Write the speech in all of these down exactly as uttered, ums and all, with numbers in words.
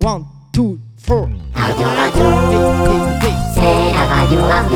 One, two, four. Radio, radio, Hey, hey, hey. c'est la radio, radio.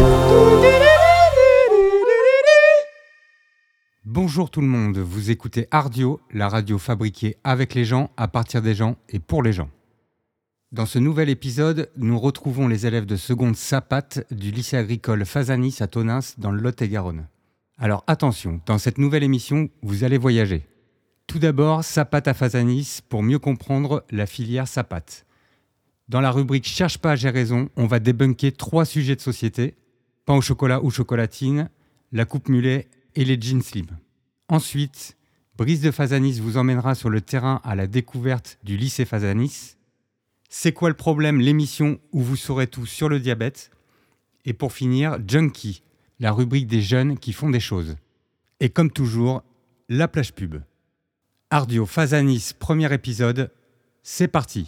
Bonjour tout le monde, vous écoutez Ardio, la radio fabriquée avec les gens, à partir des gens et pour les gens. Dans ce nouvel épisode, nous retrouvons les élèves de seconde Sapat du lycée agricole Fazanis à Tonneins dans le Lot-et-Garonne. Alors attention, dans cette nouvelle émission, vous allez voyager. Tout d'abord, Sapat à Fazanis pour mieux comprendre la filière Sapat. Dans la rubrique Cherche pas, j'ai raison, on va débunker trois sujets de société, pain au chocolat ou chocolatine, la coupe mulet et les jeans slim. Ensuite, Brice de Fazanis vous emmènera sur le terrain à la découverte du lycée Fazanis. C'est quoi le problème, l'émission où vous saurez tout sur le diabète. Et pour finir, Junkie, la rubrique des jeunes qui font des choses. Et comme toujours, la plage pub. Ardio Fazanis, premier épisode, c'est parti.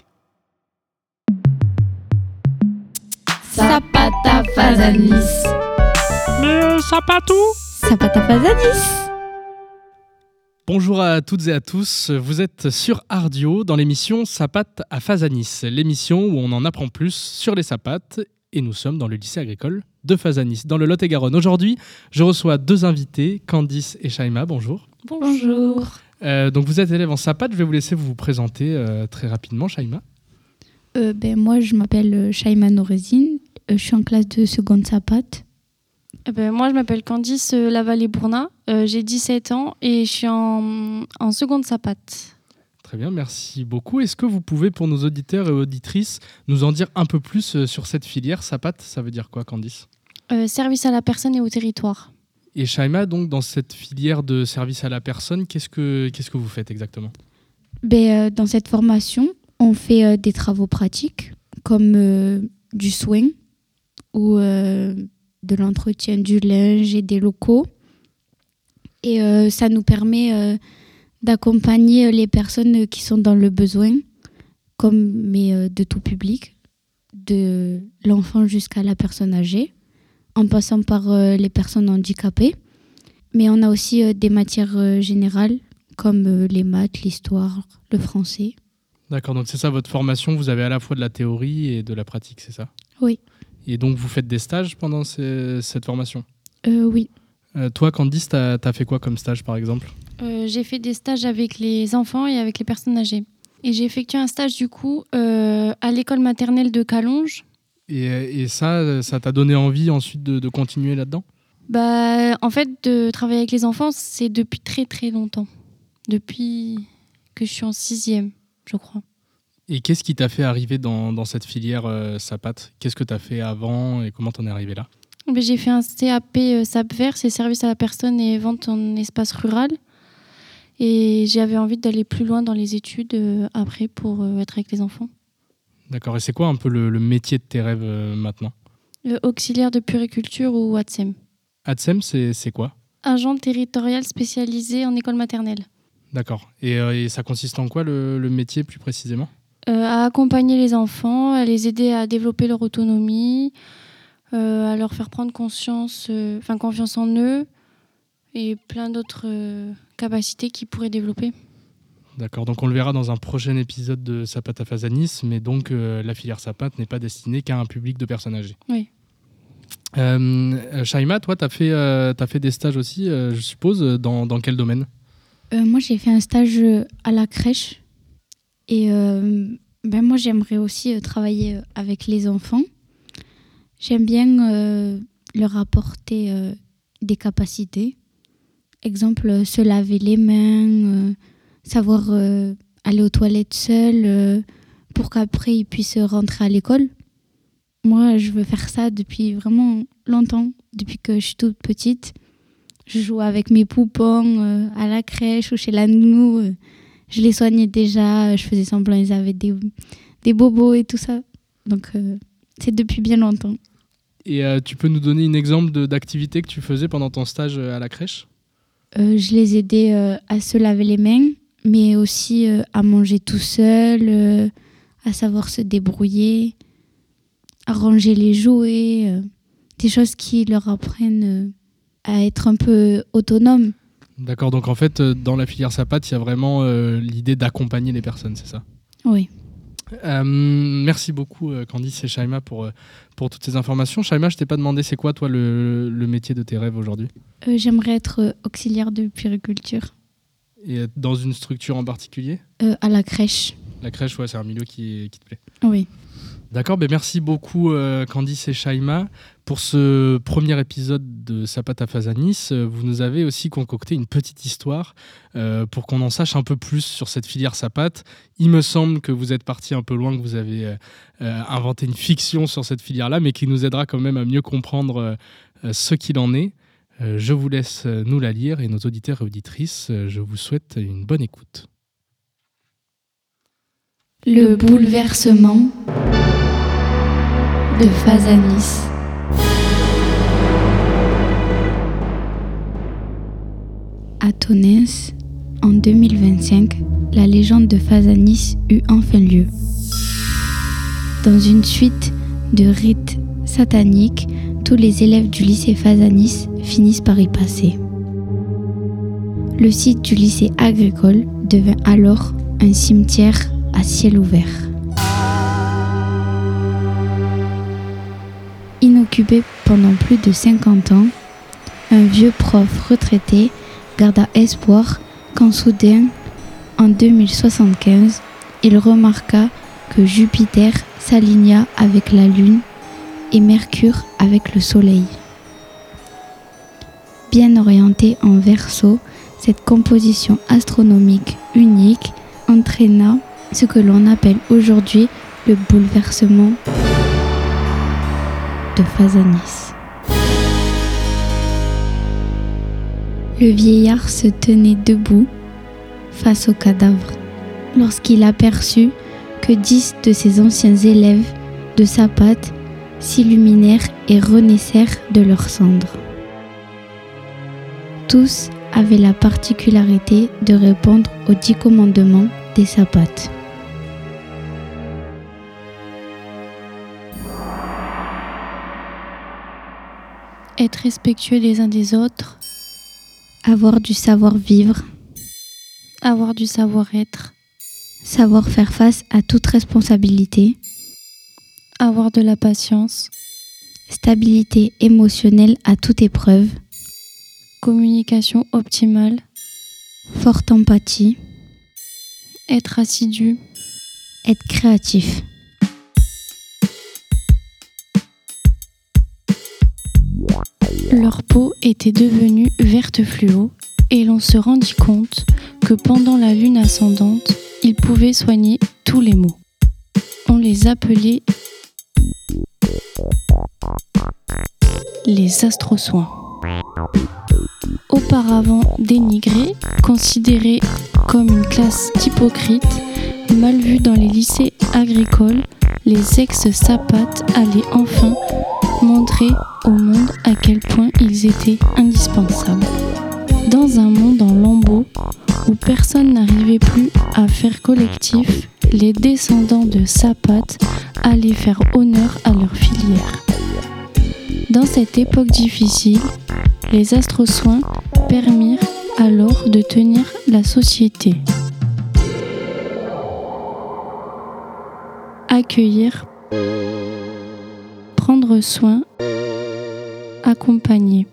Sapata Fazanis. Mais euh, ça pas tout. Sapata Fazanis. Bonjour à toutes et à tous, vous êtes sur Ardio dans l'émission Sapat à Fazanis, l'émission où on en apprend plus sur les sapates, et nous sommes dans le lycée agricole de Fazanis, dans le Lot-et-Garonne. Aujourd'hui, je reçois deux invités, Candice et Shaima, bonjour. Bonjour. Euh, donc vous êtes élève en Sapat, je vais vous laisser vous présenter euh, très rapidement, Shaima. Euh, ben, moi, je m'appelle Shaima Norezine. Euh, je suis en classe de seconde Sapat. Eh ben, moi, je m'appelle Candice euh, Lavallée-Bournat. Euh, j'ai dix-sept ans et je suis en, en seconde Sapat. Très bien, merci beaucoup. Est-ce que vous pouvez, pour nos auditeurs et auditrices, nous en dire un peu plus euh, sur cette filière Sapat? Ça veut dire quoi, Candice? Euh, service à la personne et au territoire. Et Shaima, donc, dans cette filière de service à la personne, qu'est-ce que, qu'est-ce que vous faites exactement? Ben, euh, dans cette formation, on fait euh, des travaux pratiques comme euh, du soin ou euh, de l'entretien du linge et des locaux. Et euh, ça nous permet euh, d'accompagner les personnes qui sont dans le besoin, comme mais euh, de tout public, de l'enfant jusqu'à la personne âgée, en passant par euh, les personnes handicapées. Mais on a aussi euh, des matières euh, générales, comme euh, les maths, l'histoire, le français. D'accord, donc c'est ça votre formation, vous avez à la fois de la théorie et de la pratique, c'est ça? Oui. Et donc vous faites des stages pendant ces, cette formation? Euh, oui. Euh, toi, Candice, t'as, t'as fait quoi comme stage, par exemple? Euh, j'ai fait des stages avec les enfants et avec les personnes âgées. Et j'ai effectué un stage, du coup, euh, à l'école maternelle de Calonge. Et, et ça, ça t'a donné envie ensuite de, de continuer là-dedans? Bah, en fait, de travailler avec les enfants, c'est depuis très, très longtemps. Depuis que je suis en sixième, je crois. Et qu'est-ce qui t'a fait arriver dans, dans cette filière euh, Sapat? Qu'est-ce que t'as fait avant et comment t'en es arrivé là? Ben, j'ai fait un C A P euh, SAPVER, c'est service à la personne et vente en espace rural. Et j'avais envie d'aller plus loin dans les études euh, après pour euh, être avec les enfants. D'accord, et c'est quoi un peu le, le métier de tes rêves euh, maintenant? Euh, auxiliaire de puériculture ou A T S E M. A T S E M, c'est, c'est quoi? Agent territorial spécialisé en école maternelle. D'accord, et, euh, et ça consiste en quoi le, le métier plus précisément? Euh, à accompagner les enfants, à les aider à développer leur autonomie, euh, à leur faire prendre conscience, euh, enfin, confiance en eux et plein d'autres euh, capacités qu'ils pourraient développer. D'accord, donc on le verra dans un prochain épisode de Sapat à Fazanis, mais donc euh, la filière Sapat n'est pas destinée qu'à un public de personnes âgées. Oui. Euh, Shaima, toi, tu as fait, euh, t'as fait des stages aussi, euh, je suppose, dans, dans quel domaine? Euh, moi, j'ai fait un stage à la crèche. Et euh, ben moi, j'aimerais aussi euh, travailler avec les enfants. J'aime bien euh, leur apporter euh, des capacités. Exemple, euh, se laver les mains, euh, savoir euh, aller aux toilettes seul euh, pour qu'après, ils puissent rentrer à l'école. Moi, je veux faire ça depuis vraiment longtemps, depuis que je suis toute petite. Je joue avec mes poupons euh, à la crèche ou chez la nounou. Euh, je les soignais déjà, je faisais semblant ils avaient des, des bobos et tout ça. Donc, euh, c'est depuis bien longtemps. Et euh, tu peux nous donner un exemple de, d'activité que tu faisais pendant ton stage à la crèche? euh, Je les aidais euh, à se laver les mains, mais aussi euh, à manger tout seul, euh, à savoir se débrouiller, à ranger les jouets, euh, des choses qui leur apprennent euh, à être un peu autonomes. D'accord, donc en fait, dans la filière Sapat, il y a vraiment euh, l'idée d'accompagner les personnes, c'est ça? Oui. Euh, merci beaucoup euh, Candice et Shaima pour, euh, pour toutes ces informations. Shaima, je t'ai pas demandé c'est quoi toi le, le métier de tes rêves aujourd'hui? Euh, j'aimerais être euh, auxiliaire de puériculture. Et être dans une structure en particulier? Euh, à la crèche. La crèche, ouais, c'est un milieu qui, qui te plaît. Oui. D'accord, ben merci beaucoup euh, Candice et Shaima pour ce premier épisode de Sapate à Fazanis. Vous nous avez aussi concocté une petite histoire euh, pour qu'on en sache un peu plus sur cette filière sapate. Il me semble que vous êtes parti un peu loin, que vous avez euh, euh, inventé une fiction sur cette filière-là, mais qui nous aidera quand même à mieux comprendre euh, ce qu'il en est. Euh, je vous laisse nous la lire et nos auditeurs et auditrices, euh, je vous souhaite une bonne écoute. Le bouleversement de Fazanis. À Tonnes, en deux mille vingt-cinq, la légende de Fazanis eut enfin lieu. Dans une suite de rites sataniques, tous les élèves du lycée Fazanis finissent par y passer. Le site du lycée agricole devint alors un cimetière à ciel ouvert. Inoccupé pendant plus de cinquante ans, un vieux prof retraité garda espoir quand soudain, en deux mille soixante-quinze, il remarqua que Jupiter s'aligna avec la Lune et Mercure avec le Soleil. Bien orientée en Verseau, cette composition astronomique unique entraîna ce que l'on appelle aujourd'hui le bouleversement de Fazanis. Le vieillard se tenait debout face au cadavre lorsqu'il aperçut que dix de ses anciens élèves de Sapate s'illuminèrent et renaissèrent de leurs cendres. Tous avaient la particularité de répondre aux dix commandements des Sapates. Être respectueux les uns des autres. Avoir du savoir-vivre. Avoir du savoir-être. Savoir faire face à toute responsabilité. Avoir de la patience. Stabilité émotionnelle à toute épreuve. Communication optimale. Forte empathie. Être assidu. Être créatif. Leur peau était devenue verte fluo et l'on se rendit compte que pendant la lune ascendante, ils pouvaient soigner tous les maux. On les appelait les astrosoins. Auparavant dénigrés, considérés comme une classe d'hypocrites, mal vus dans les lycées agricoles, les ex-sapates allaient enfin montrer au monde à quel point ils étaient indispensables. Dans un monde en lambeaux où personne n'arrivait plus à faire collectif, les descendants de Sapate allaient faire honneur à leur filière. Dans cette époque difficile, les astrosoins permirent alors de tenir la société. Accueillir, prendre soin, accompagner.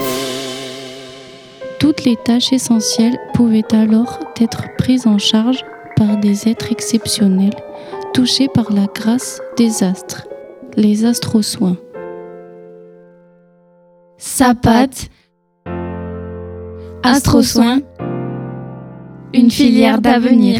Toutes les tâches essentielles pouvaient alors être prises en charge par des êtres exceptionnels, touchés par la grâce des astres, les astrosoins. Sapate, astrosoins, une filière d'avenir.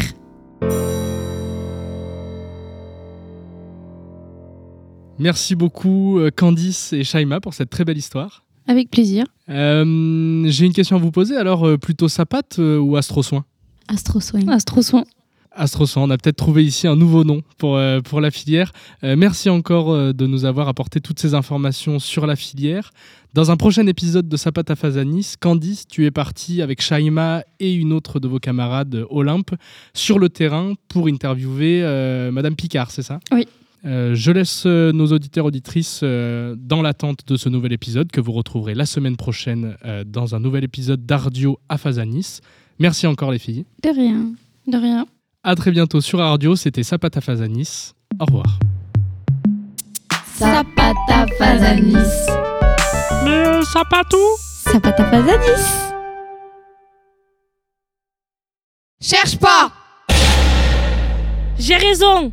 Merci beaucoup Candice et Shaima pour cette très belle histoire. Avec plaisir. Euh, j'ai une question à vous poser, alors euh, plutôt Sapate euh, ou Astrosoins? Astrosoins. Astrosoins. Astrosoins, on a peut-être trouvé ici un nouveau nom pour, euh, pour la filière. Euh, merci encore euh, de nous avoir apporté toutes ces informations sur la filière. Dans un prochain épisode de Sapate à Fazanis, Candice, tu es partie avec Shaima et une autre de vos camarades, Olympe, sur le terrain pour interviewer euh, Madame Picard, c'est ça? Oui. Euh, je laisse euh, nos auditeurs auditrices euh, dans l'attente de ce nouvel épisode que vous retrouverez la semaine prochaine euh, dans un nouvel épisode d'Ardio à Fazanis. Merci encore les filles. De rien. De rien. À très bientôt sur Ardio, c'était Sapata Fazanis. Au revoir. Sapata Fazanis. Mais Sapatou Sapata Fazanis. Cherche pas! J'ai raison.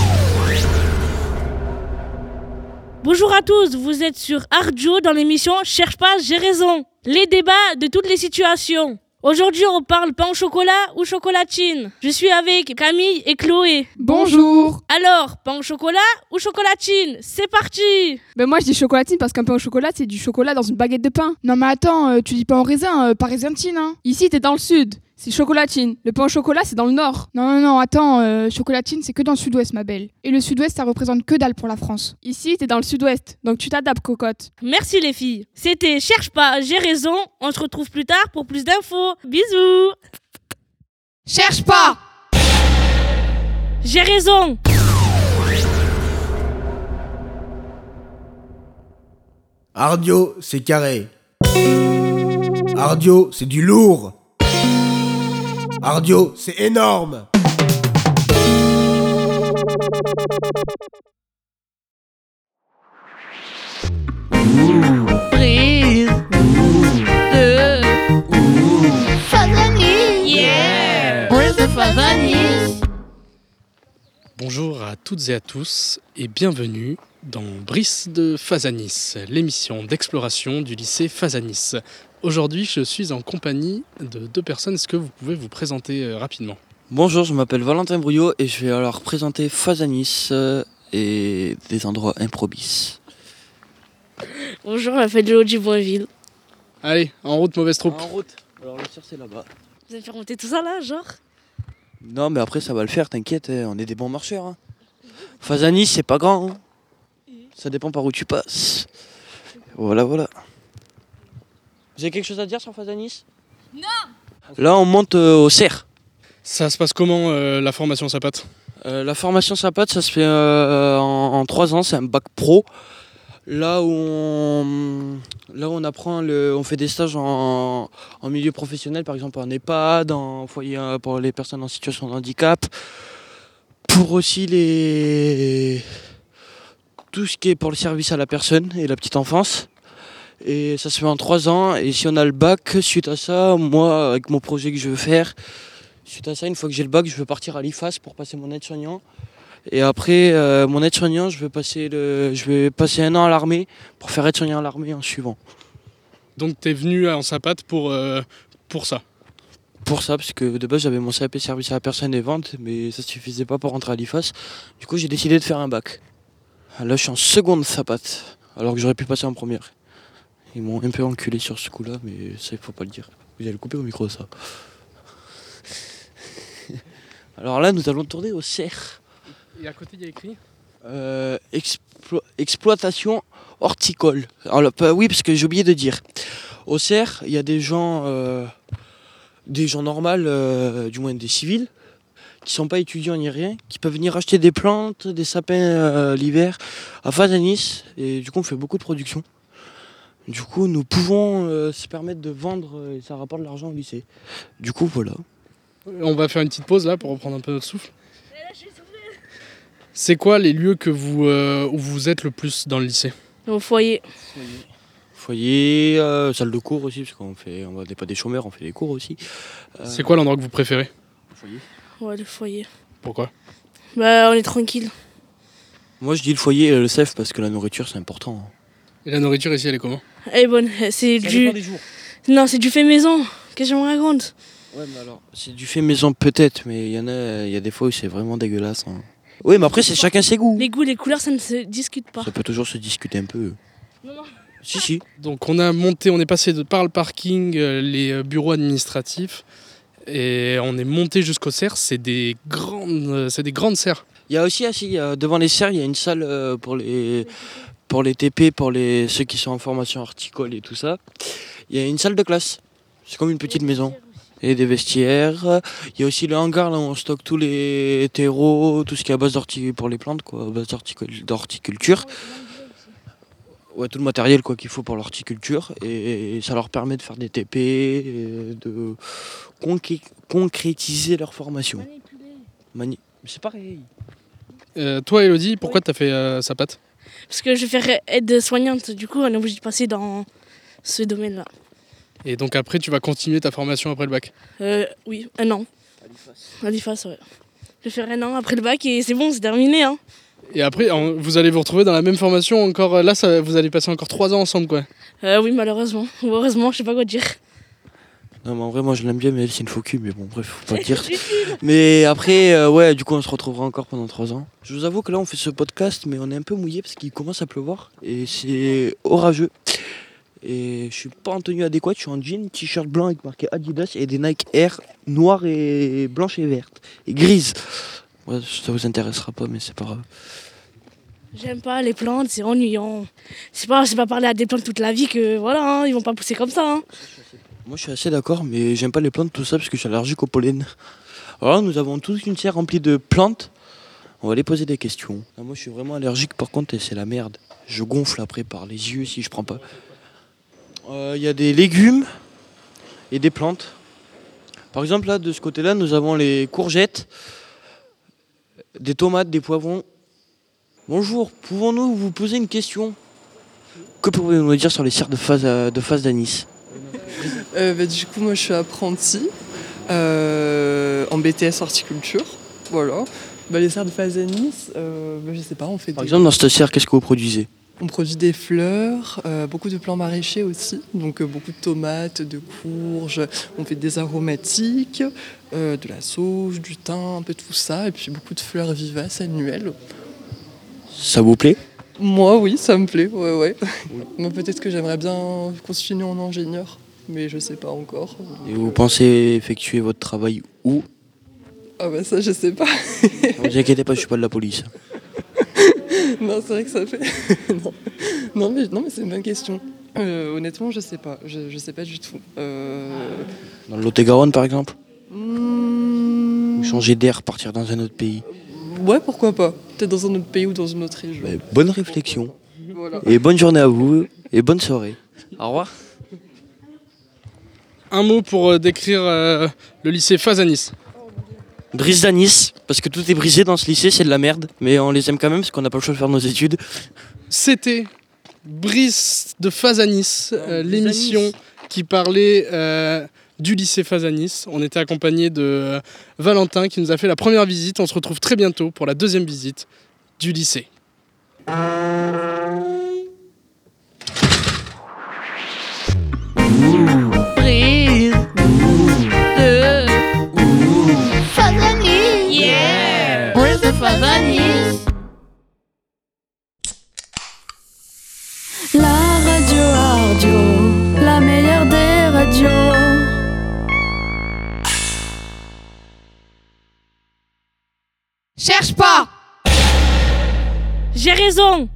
Bonjour à tous, vous êtes sur Ardio dans l'émission Cherche pas, j'ai raison. Les débats de toutes les situations. Aujourd'hui, on parle pain au chocolat ou chocolatine. Je suis avec Camille et Chloé. Bonjour! Alors, pain au chocolat ou chocolatine? C'est parti! Ben moi je dis chocolatine parce qu'un pain au chocolat c'est du chocolat dans une baguette de pain. Non mais attends, euh, tu dis pain au raisin, euh, pas raisintine hein. Ici t'es dans le sud, c'est chocolatine. Le pain au chocolat c'est dans le nord. Non non non, attends, euh, chocolatine c'est que dans le sud-ouest ma belle. Et le sud-ouest ça représente que dalle pour la France. Ici t'es dans le sud-ouest, donc tu t'adaptes cocotte. Merci les filles. C'était Cherche pas, j'ai raison. On se retrouve plus tard pour plus d'infos. Bisous! Cherche pas! J'ai raison! Ardio, c'est carré. Ardio, c'est du lourd. Ardio, c'est énorme. Prise de Fazanis. Yeah! Prise de Fazanis. Bonjour à toutes et à tous et bienvenue dans Brice de Fazanis, l'émission d'exploration du lycée Fazanis. Aujourd'hui, je suis en compagnie de deux personnes. Est-ce que vous pouvez vous présenter euh, rapidement ? Bonjour, je m'appelle Valentin Brouillot et je vais alors présenter Fazanis euh, et des endroits improbis. Bonjour, je m'appelle Léo Duboisville. Allez, en route, mauvaise troupe. En route, alors le tir c'est là-bas. Vous avez fait remonter tout ça là, genre? Non mais après ça va le faire, t'inquiète, hein, on est des bons marcheurs. Hein. Fazanis c'est pas grand, hein. Ça dépend par où tu passes. Voilà, voilà. Vous avez quelque chose à dire sur Fazanis ? Non. Là on monte euh, au cerf. Ça se passe comment euh, la formation Sapate ? Euh, la formation Sapate, ça se fait euh, en, en trois ans, c'est un bac pro. Là où on, là où on apprend, le, on fait des stages en, en milieu professionnel, par exemple en EHPAD, en foyer pour les personnes en situation de handicap, pour aussi les tout ce qui est pour le service à la personne et la petite enfance. Et ça se fait en trois ans. Et si on a le bac, suite à ça, moi, avec mon projet que je veux faire, suite à ça, une fois que j'ai le bac, je veux partir à l'I F A S pour passer mon aide-soignant. Et après, euh, mon aide-soignant, je vais passer le, je vais passer un an à l'armée pour faire aide-soignant à l'armée en suivant. Donc tu es venu en Sapate pour, euh, pour ça ? Pour ça, parce que de base, j'avais mon C A P service à la personne et vente, mais ça suffisait pas pour rentrer à l'I F A S. Du coup, j'ai décidé de faire un bac. Là, je suis en seconde Sapate, alors que j'aurais pu passer en première. Ils m'ont un peu enculé sur ce coup-là, mais ça, il faut pas le dire. Vous allez le couper au micro, ça. Alors là, nous allons tourner au cerf. Et à côté, il y a écrit euh, explo- Exploitation horticole. Alors, là, bah, oui, parce que j'ai oublié de dire. Au cerf, il y a des gens, euh, des gens normaux, euh, du moins des civils, qui sont pas étudiants ni rien, qui peuvent venir acheter des plantes, des sapins euh, l'hiver à Fazanis. Et du coup, on fait beaucoup de production. Du coup, nous pouvons euh, se permettre de vendre et ça rapporte de l'argent au lycée. Du coup, voilà. On va faire une petite pause là pour reprendre un peu notre souffle. C'est quoi les lieux que vous, euh, où vous êtes le plus dans le lycée ? Au foyer. Foyer, euh, salle de cours aussi, parce qu'on fait, on n'est pas des chômeurs, on fait des cours aussi. Euh, C'est quoi l'endroit que vous préférez ? Foyer. Ouais, le foyer. Pourquoi ? Bah, on est tranquille. Moi, je dis le foyer et le C E F parce que la nourriture, c'est important. Et la nourriture ici, elle est comment ? Elle est bonne. C'est Ça du. dépend des jours. Non, c'est du fait maison. Qu'est-ce que je me raconte? Ouais, mais alors, c'est du fait maison peut-être, mais il y en a, il y a des fois où c'est vraiment dégueulasse. Hein. Oui, mais après, c'est chacun ses goûts. Les goûts, les couleurs, ça ne se discute pas. Ça peut toujours se discuter un peu. Non, non. Si, si. Donc on a monté, on est passé de par le parking, euh, les euh, bureaux administratifs, et on est monté jusqu'au cerf. C'est des grandes, euh, c'est des grandes serres. Il y a aussi, ah, si, il y a- devant les serres, il y a une salle euh, pour les, pour les T P, pour les, ceux qui sont en formation horticole et tout ça. Il y a une salle de classe. C'est comme une petite maison. Et des vestiaires. Il y a aussi le hangar là où on stocke tous les terreaux, tout ce qui est à base d'horti pour les plantes, quoi, à base d'horticul- d'horticulture. Ouais, tout le matériel quoi qu'il faut pour l'horticulture. Et ça leur permet de faire des T P, et de concré- concrétiser leur formation. Mani- C'est pareil. Euh, toi, Elodie, pourquoi t'as fait euh, Sapat? Parce que je vais faire aide-soignante, du coup, on est obligé de passer dans ce domaine-là. Et donc après, tu vas continuer ta formation après le bac? Euh, oui, un an. À l'I F A S, ouais. Je vais faire un an après le bac et c'est bon, c'est terminé. Hein. Et après, en- vous allez vous retrouver dans la même formation encore. Là, ça, vous allez passer encore trois ans ensemble, quoi. Euh, oui, malheureusement. Ou heureusement, je sais pas quoi dire. Non, mais en vrai, moi je l'aime bien, mais elle, c'est une faux cul. Mais bon, bref, faut pas le dire. Mais après, euh, ouais, du coup, on se retrouvera encore pendant trois ans. Je vous avoue que là, on fait ce podcast, mais on est un peu mouillé parce qu'il commence à pleuvoir et c'est orageux. Et je suis pas en tenue adéquate, je suis en jean, t-shirt blanc avec marqué Adidas et des Nike Air noires et blanches et vertes et grises. Ouais, ça vous intéressera pas, mais c'est pas grave. J'aime pas les plantes, c'est ennuyant. C'est pas, c'est pas parler à des plantes toute la vie que voilà, hein, ils vont pas pousser comme ça. Hein. Moi, je suis assez d'accord, mais j'aime pas les plantes, tout ça, parce que je suis allergique au pollen. Alors, nous avons toute une serre remplie de plantes. On va les poser des questions. Ah, moi, je suis vraiment allergique, par contre, et c'est la merde. Je gonfle après par les yeux si je prends pas. Il euh, y a des légumes et des plantes. Par exemple, là, de ce côté-là, nous avons les courgettes, des tomates, des poivrons. Bonjour, pouvons-nous vous poser une question? Que pouvez-vous nous dire sur les serres de phase, de phase d'anis? Euh, bah, du coup, moi, je suis apprentie euh, en B T S horticulture. Voilà. Bah, les serres de phase d'anis, euh, bah, je sais pas, on fait Par des... exemple, dans cette serre, qu'est-ce que vous produisez? On produit des fleurs, euh, beaucoup de plants maraîchers aussi, donc euh, beaucoup de tomates, de courges, on fait des aromatiques, euh, de la sauge, du thym, un peu tout ça, et puis beaucoup de fleurs vivaces annuelles. Ça vous plaît? Moi, oui, ça me plaît, ouais, ouais. Mais peut-être que j'aimerais bien continuer en ingénieur, mais je sais pas encore. Et vous pensez effectuer votre travail où? Ah bah ça, je sais pas. Ne vous inquiétez pas, je suis pas de la police. Non, c'est vrai que ça fait... non. Non, mais, non, mais c'est une bonne question. Euh, honnêtement, je sais pas. Je, je sais pas du tout. Euh... Dans le Lot-et-Garonne, par exemple? Mmh... Ou changer d'air, partir dans un autre pays? Ouais, pourquoi pas. Peut-être dans un autre pays ou dans une autre région. Bah, bonne réflexion. Voilà. Et bonne journée à vous. Et bonne soirée. Au revoir. Un mot pour euh, décrire euh, le lycée Fazanis. Brise d'anis, parce que tout est brisé dans ce lycée, c'est de la merde. Mais on les aime quand même, parce qu'on n'a pas le choix de faire nos études. C'était Brice de Fazanis, euh, l'émission qui parlait euh, du lycée Fazanis. On était accompagné de euh, Valentin qui nous a fait la première visite. On se retrouve très bientôt pour la deuxième visite du lycée. Brise de Fazanis. Yeah. Brise de Fazanis. La radio Ardio, la meilleure des radios. Cherche pas! J'ai raison.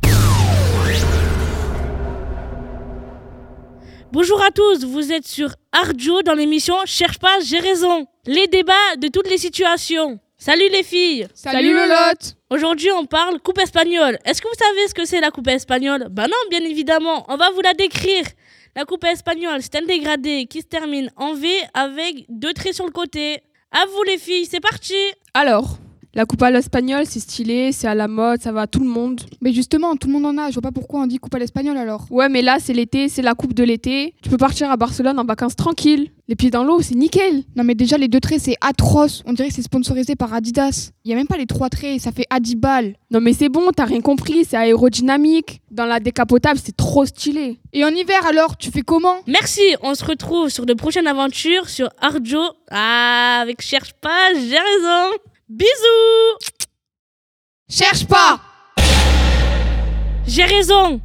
Bonjour à tous, vous êtes sur Ardio dans l'émission Cherche pas, j'ai raison. Les débats de toutes les situations. Salut les filles. Salut Lolotte. Aujourd'hui on parle coupe espagnole. Est-ce que vous savez ce que c'est la coupe espagnole? Bah non, bien évidemment, on va vous la décrire. La coupe espagnole, c'est un dégradé qui se termine en V avec deux traits sur le côté. À vous les filles, c'est parti. Alors, la coupe à l'espagnol, c'est stylé, c'est à la mode, ça va à tout le monde. Mais justement, tout le monde en a, je vois pas pourquoi on dit coupe à l'espagnol alors. Ouais, mais là, c'est l'été, c'est la coupe de l'été. Tu peux partir à Barcelone en vacances tranquille. Les pieds dans l'eau, c'est nickel. Non mais déjà, les deux traits, c'est atroce. On dirait que c'est sponsorisé par Adidas. Il y a même pas les trois traits, ça fait Adibal. Non mais c'est bon, t'as rien compris, c'est aérodynamique. Dans la décapotable, c'est trop stylé. Et en hiver alors, tu fais comment? Merci, on se retrouve sur de prochaines aventures sur Ardio. Ah, avec Cherche pas, j'ai raison. Bisous. Cherche pas. J'ai raison.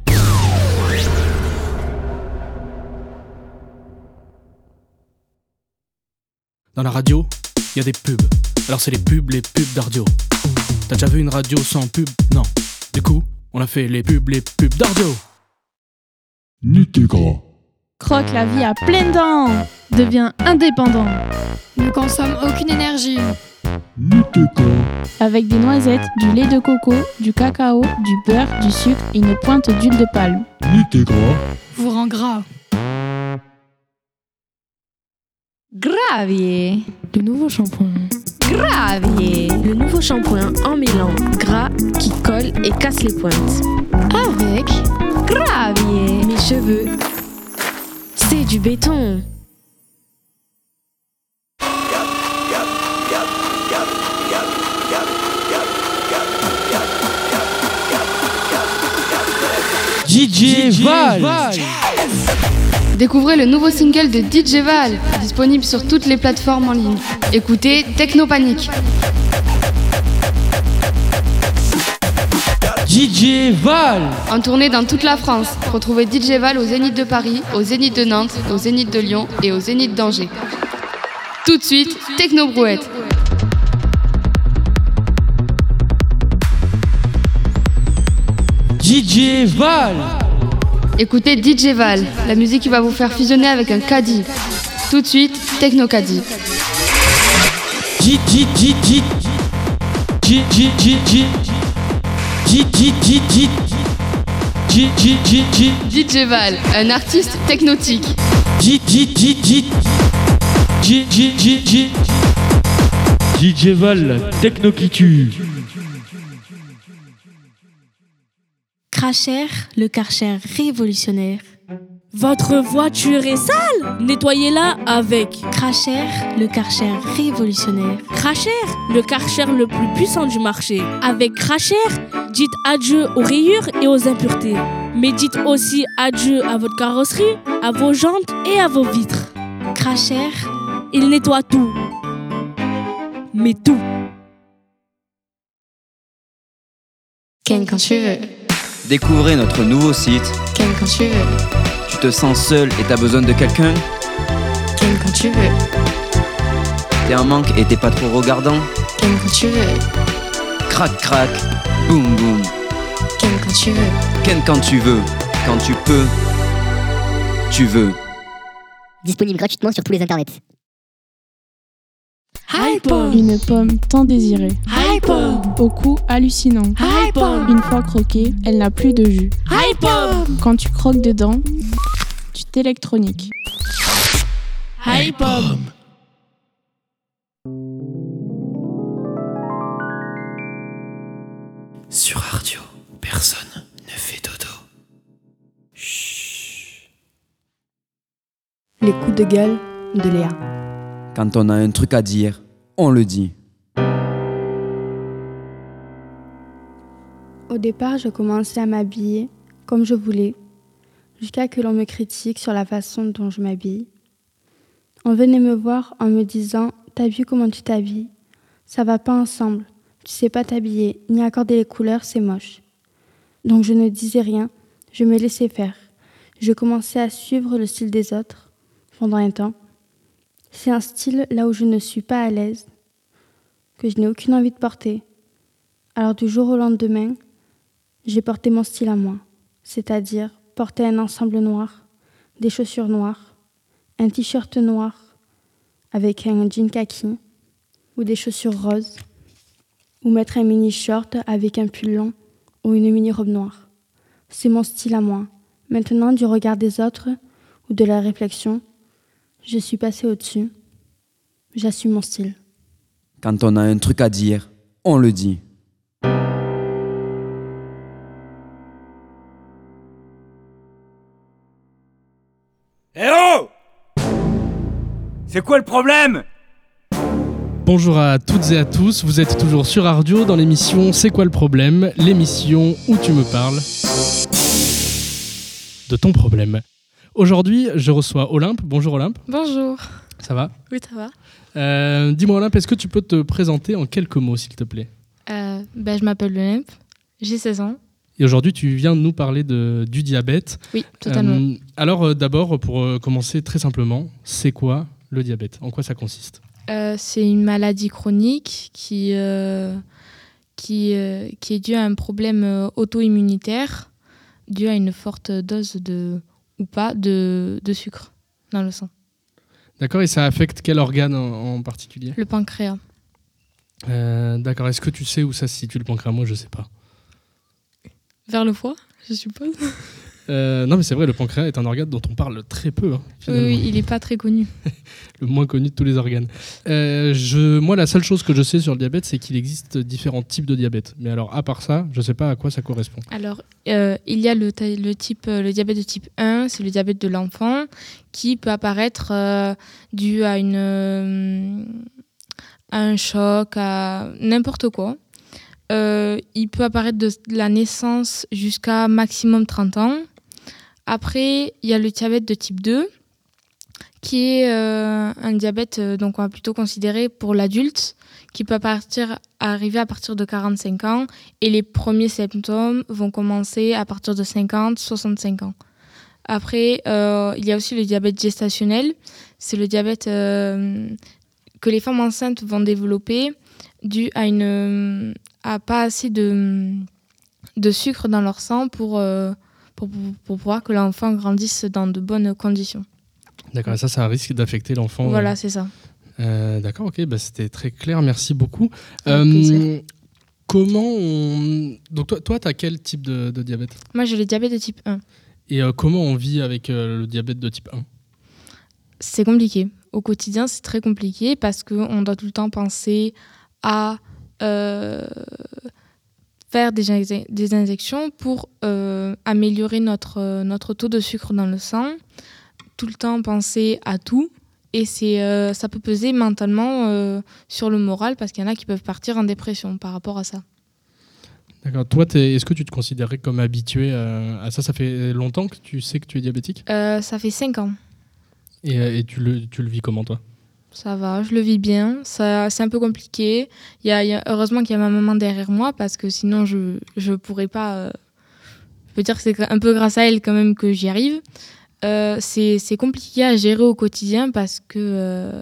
Dans la radio, il y a des pubs. Alors c'est les pubs, les pubs d'Ardio. T'as déjà vu une radio sans pub? Non. Du coup, on a fait les pubs, les pubs d'Ardio. Nutega. Croque la vie à pleines dents. Deviens indépendant. Ne consomme aucune énergie. Nutega. Avec des noisettes, du lait de coco, du cacao, du beurre, du sucre et une pointe d'huile de palme. Nutega. Vous rend gras. Gravier. Le nouveau shampoing. Gravier. Le nouveau shampoing en mêlant gras qui colle et casse les pointes. Avec Gravier. Mes cheveux, c'est du béton. D J Val. Découvrez le nouveau single de D J Val, disponible sur toutes les plateformes en ligne. Écoutez Technopanique. D J Val. En tournée dans toute la France. Retrouvez D J Val au Zénith de Paris, au Zénith de Nantes, au Zénith de Lyon et au Zénith d'Angers. Tout de suite, Techno Brouette. D J Val. Écoutez D J Val, la musique qui va vous faire fusionner avec un caddie. Tout de suite, Techno Caddie. D J D J D J D J D J D J D J D J D J Val, un artiste technotique. D J D J D J D J D J Val, techno qui tue. Crasher, le Karcher révolutionnaire. Votre voiture est sale? Nettoyez-la avec Crasher, le Karcher révolutionnaire. Crasher, le Karcher le plus puissant du marché. Avec Crasher, dites adieu aux rayures et aux impuretés. Mais dites aussi adieu à votre carrosserie, à vos jantes et à vos vitres. Crasher, il nettoie tout. Mais tout. Ken quand tu veux. Découvrez notre nouveau site. Ken quand tu veux. Tu te sens seul et t'as besoin de quelqu'un? Ken quand tu veux. T'es en manque et t'es pas trop regardant? Ken quand tu veux. Crac crac, boum boum. Ken quand tu veux. Ken quand tu veux, quand tu peux, tu veux. Disponible gratuitement sur tous les internets. Hypom. Une pomme tant désirée. Hypom. Au goût hallucinant. Hypom. Une fois croquée, elle n'a plus de jus. Hypom. Quand tu croques dedans, tu t'électroniques. Hypom. Sur Ardio, personne ne fait dodo. Chut. Les coups de gueule de Léa. Quand on a un truc à dire, on le dit. Au départ, je commençais à m'habiller comme je voulais, jusqu'à que l'on me critique sur la façon dont je m'habille. On venait me voir en me disant « T'as vu comment tu t'habilles? Ça va pas ensemble. Tu sais pas t'habiller, ni accorder les couleurs, c'est moche. » Donc je ne disais rien, je me laissais faire. Je commençais à suivre le style des autres pendant un temps. C'est un style là où je ne suis pas à l'aise, que je n'ai aucune envie de porter. Alors du jour au lendemain, j'ai porté mon style à moi, c'est-à-dire porter un ensemble noir, des chaussures noires, un t-shirt noir avec un jean kaki ou des chaussures roses, ou mettre un mini-short avec un pull long ou une mini-robe noire. C'est mon style à moi. Maintenant, du regard des autres ou de la réflexion, je suis passée au-dessus. J'assume mon style. Quand on a un truc à dire, on le dit. Eh oh! C'est quoi le problème? Bonjour à toutes et à tous, vous êtes toujours sur Ardio dans l'émission C'est quoi le problème? L'émission où tu me parles de ton problème. Aujourd'hui, je reçois Olympe. Bonjour Olympe. Bonjour. Ça va? Oui, ça va. Euh, dis-moi Olympe, est-ce que tu peux te présenter en quelques mots s'il te plaît? Euh, ben, je m'appelle Olympe, j'ai seize ans. Et aujourd'hui, tu viens nous parler de, du diabète. Oui, totalement. Euh, alors euh, d'abord, pour euh, commencer très simplement, c'est quoi le diabète? En quoi ça consiste? euh, C'est une maladie chronique qui, euh, qui, euh, qui est due à un problème euh, auto-immunitaire, dû à une forte dose de, ou pas de, de sucre dans le sang. D'accord, et ça affecte quel organe en, en particulier? Le pancréas. Euh, d'accord, est-ce que tu sais où ça se situe le pancréas? Moi, je sais pas. Vers le foie, je suppose. Euh, non, mais c'est vrai, le pancréas est un organe dont on parle très peu. Hein, oui, oui, il n'est pas très connu. Le moins connu de tous les organes. Euh, je, moi, la seule chose que je sais sur le diabète, c'est qu'il existe différents types de diabète. Mais alors, à part ça, je ne sais pas à quoi ça correspond. Alors, euh, il y a le, le, type, le diabète de type un, c'est le diabète de l'enfant, qui peut apparaître euh, dû à, une, euh, à un choc, à n'importe quoi. Euh, il peut apparaître de la naissance jusqu'à maximum trente ans. Après, il y a le diabète de type deux, qui est euh, un diabète euh, donc on va plutôt considérer pour l'adulte, qui peut partir, arriver à partir de quarante-cinq ans, et les premiers symptômes vont commencer à partir de cinquante à soixante-cinq ans. Après, euh, il y a aussi le diabète gestationnel. C'est le diabète euh, que les femmes enceintes vont développer dû à, une, à pas assez de, de sucre dans leur sang pour... Euh, Pour, pour pouvoir que l'enfant grandisse dans de bonnes conditions. D'accord, et ça, ça a un risque d'affecter l'enfant. Voilà, euh... c'est ça. Euh, d'accord, ok, bah, c'était très clair, merci beaucoup. Euh, comment on... Donc toi, toi tu as quel type de, de diabète ? Moi, j'ai le diabète de type un. Et euh, comment on vit avec euh, le diabète de type un ? C'est compliqué. Au quotidien, c'est très compliqué parce qu'on doit tout le temps penser à... Euh... faire des, inje- des injections pour euh, améliorer notre, euh, notre taux de sucre dans le sang, tout le temps penser à tout, et c'est, euh, ça peut peser mentalement euh, sur le moral, parce qu'il y en a qui peuvent partir en dépression par rapport à ça. D'accord. Toi, t'es, est-ce que tu te considérais comme habitué à, à ça ? Ça fait longtemps que tu sais que tu es diabétique ? euh, Ça fait cinq ans. Et, et tu, le, tu le vis comment, toi ? Ça va, je le vis bien. Ça, c'est un peu compliqué. Il y a, il y a, heureusement qu'il y a ma maman derrière moi, parce que sinon, je ne pourrais pas... Euh, je peux dire que c'est un peu grâce à elle quand même que j'y arrive. Euh, c'est, c'est compliqué à gérer au quotidien parce que euh,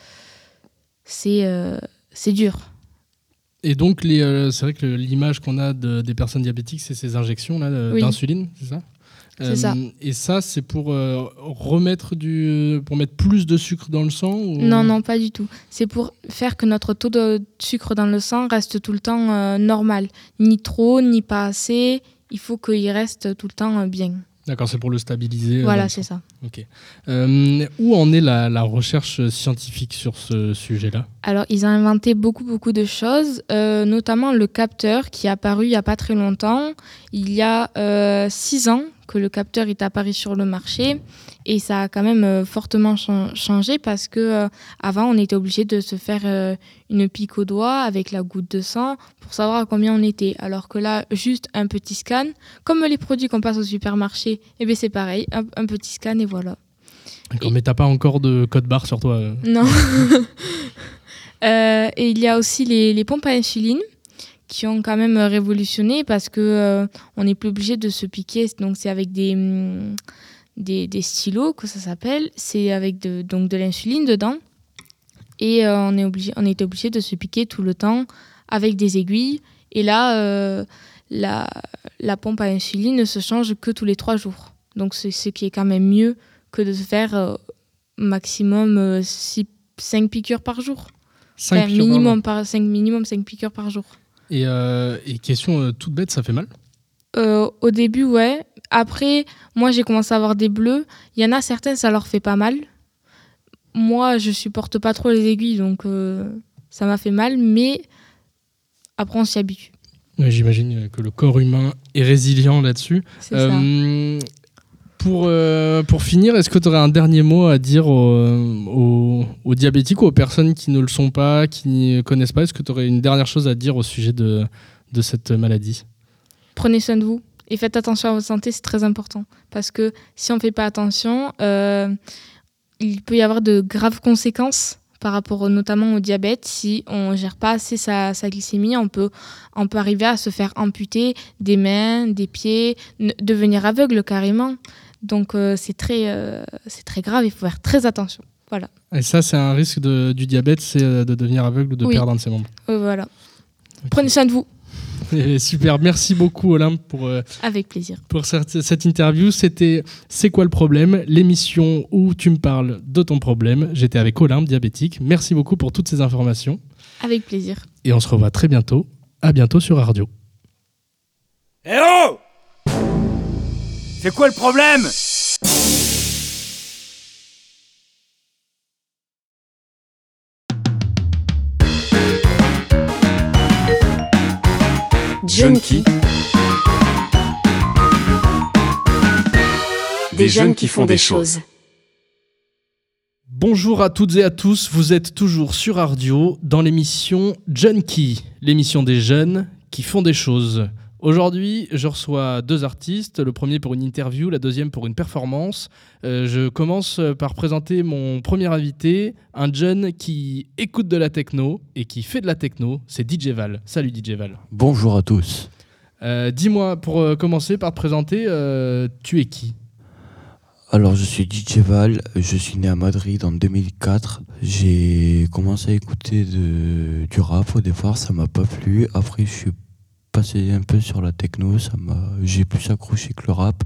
c'est, euh, c'est dur. Et donc, les, euh, c'est vrai que l'image qu'on a de, des personnes diabétiques, c'est ces injections là, de, oui. d'insuline, c'est ça ? C'est euh, ça. Et ça, c'est pour euh, remettre du, pour mettre plus de sucre dans le sang ou... Non, non, pas du tout. C'est pour faire que notre taux de sucre dans le sang reste tout le temps euh, normal. Ni trop, ni pas assez. Il faut qu'il reste tout le temps euh, bien. D'accord, c'est pour le stabiliser. Voilà, euh, c'est ça. Ok. Euh, où en est la, la recherche scientifique sur ce sujet-là ? Alors, ils ont inventé beaucoup, beaucoup de choses, euh, notamment le capteur qui est apparu il n'y a pas très longtemps. Il y a euh, six ans que le capteur est apparu sur le marché, et ça a quand même euh, fortement ch- changé parce que euh, avant on était obligé de se faire euh, une pique au doigt avec la goutte de sang pour savoir à combien on était, alors que là juste un petit scan, comme les produits qu'on passe au supermarché, et bien c'est pareil, un, un petit scan et voilà. D'accord, et... mais t'as pas encore de code barre sur toi euh... Non. euh, et il y a aussi les, les pompes à insuline qui ont quand même révolutionné parce que euh, on n'est plus obligé de se piquer, donc c'est avec des, hum, des, des stylos que ça s'appelle, c'est avec de, donc de l'insuline dedans, et euh, on, est obligé, on était obligé de se piquer tout le temps avec des aiguilles, et là euh, la, la pompe à insuline ne se change que tous les trois jours, donc c'est ce qui est quand même mieux que de se faire euh, maximum euh, six, cinq piqûres par jour. cinq enfin, minimum, par, cinq, minimum cinq piqûres par jour. Et, euh, et question euh, toute bête, ça fait mal ? euh, Au début, ouais. Après, moi, j'ai commencé à avoir des bleus. Il y en a certains, ça leur fait pas mal. Moi, je supporte pas trop les aiguilles, donc euh, ça m'a fait mal. Mais après, on s'y habitue. Ouais, j'imagine que le corps humain est résilient là-dessus. C'est euh, ça. Pour, euh, pour finir, est-ce que tu aurais un dernier mot à dire aux, aux, aux diabétiques ou aux personnes qui ne le sont pas, qui ne connaissent pas ? Est-ce que tu aurais une dernière chose à dire au sujet de, de cette maladie ? Prenez soin de vous et faites attention à votre santé, c'est très important. Parce que si on ne fait pas attention, euh, il peut y avoir de graves conséquences par rapport notamment au diabète. Si on ne gère pas assez sa, sa glycémie, on peut, on peut arriver à se faire amputer des mains, des pieds, ne, devenir aveugle carrément. Donc euh, c'est, très, euh, c'est très grave, il faut faire très attention. Voilà. Et ça, c'est un risque de, du diabète, c'est de devenir aveugle ou de oui. perdre un de ses membres. Oui, voilà. Okay. Prenez soin de vous. Et super, merci beaucoup Olympe pour, euh, Avec plaisir. pour cette, cette interview. C'était C'est quoi le problème ? L'émission où tu me parles de ton problème. J'étais avec Olympe, diabétique. Merci beaucoup pour toutes ces informations. Avec plaisir. Et on se revoit très bientôt. À bientôt sur Radio. Eh oh ! C'est quoi le problème? Junkie. Des jeunes qui font des choses. Bonjour à toutes et à tous, vous êtes toujours sur Ardio dans l'émission Junkie, l'émission des jeunes qui font des choses. Aujourd'hui, je reçois deux artistes, le premier pour une interview, la deuxième pour une performance. Euh, je commence par présenter mon premier invité, un jeune qui écoute de la techno et qui fait de la techno, c'est D J Val. Salut D J Val. Bonjour à tous. Euh, dis-moi, pour euh, commencer par te présenter, euh, tu es qui ? Alors je suis D J Val, je suis né à Madrid en deux mille quatre. J'ai commencé à écouter de, du rap au départ, ça m'a pas plu. Après je suis passé un peu sur la techno, ça m'a, j'ai plus accroché que le rap.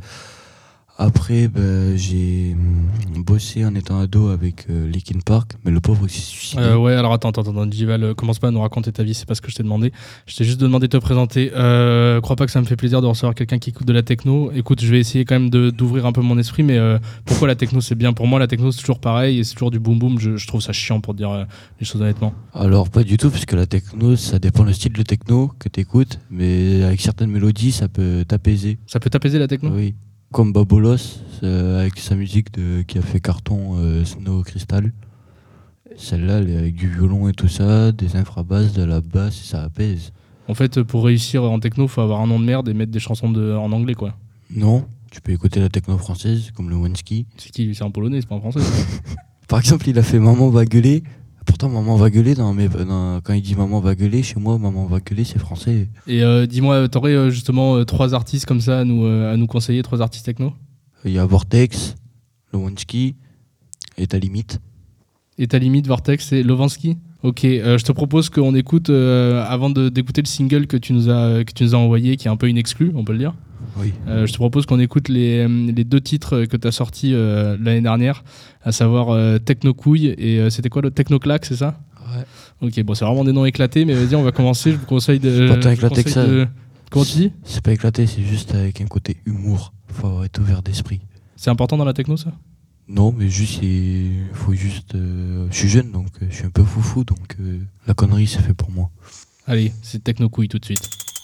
Après, ben, j'ai bossé en étant ado avec euh, Linkin Park, mais le pauvre il s'est suicidé. Euh, ouais, alors attends, attends, attends, D J Val, euh, commence pas à nous raconter ta vie, c'est pas ce que je t'ai demandé. Je t'ai juste demandé de te présenter. Euh, crois pas que ça me fait plaisir de recevoir quelqu'un qui écoute de la techno. Écoute, je vais essayer quand même de, d'ouvrir un peu mon esprit, mais euh, pourquoi la techno c'est bien? Pour moi, la techno c'est toujours pareil et c'est toujours du boom boom. Je, je trouve ça chiant pour te dire euh, les choses honnêtement. Alors, pas du tout, parce que la techno, ça dépend le style de techno que t'écoutes, mais avec certaines mélodies, ça peut t'apaiser. Ça peut t'apaiser la techno? Oui. Comme Babolos, euh, avec sa musique de, qui a fait carton euh, Snow Crystal. Celle-là, elle est avec du violon et tout ça, des infrabasses, de la basse, et ça apaise. En fait, pour réussir en techno, faut avoir un nom de merde et mettre des chansons de, en anglais, quoi. Non, tu peux écouter la techno française, comme le Wensky. C'est qui lui? C'est un polonais, c'est pas un français. Par exemple, il a fait Maman va gueuler. Pourtant, Maman va gueuler, dans mes, dans, quand il dit Maman va gueuler, chez moi, Maman va gueuler, c'est français. Et euh, dis-moi, t'aurais euh, justement euh, trois artistes comme ça à nous, euh, à nous conseiller, trois artistes techno? Il y a Vortex, Lowensky et Ta Limite. Et Ta Limite, Vortex et Lowensky. Ok, euh, je te propose qu'on écoute, euh, avant de, d'écouter le single que tu, nous as, que tu nous as envoyé, qui est un peu une exclue, on peut le dire. Oui. Euh, je te propose qu'on écoute les, les deux titres que tu as sortis euh, l'année dernière, à savoir euh, Techno Couille et euh, c'était quoi le Techno Claque, c'est ça? Ouais. Ok, bon, c'est vraiment des noms éclatés, mais vas-y, on va commencer. Je vous conseille de. C'est pas tant éclaté que ça. De... Comment tu dis? C'est pas éclaté, c'est juste avec un côté humour. Faut être ouvert d'esprit. C'est important dans la techno, ça? Non, mais juste, il faut juste. Euh, je suis jeune, donc euh, je suis un peu foufou, donc euh, la connerie, c'est fait pour moi. Allez, c'est Techno Couille tout de suite.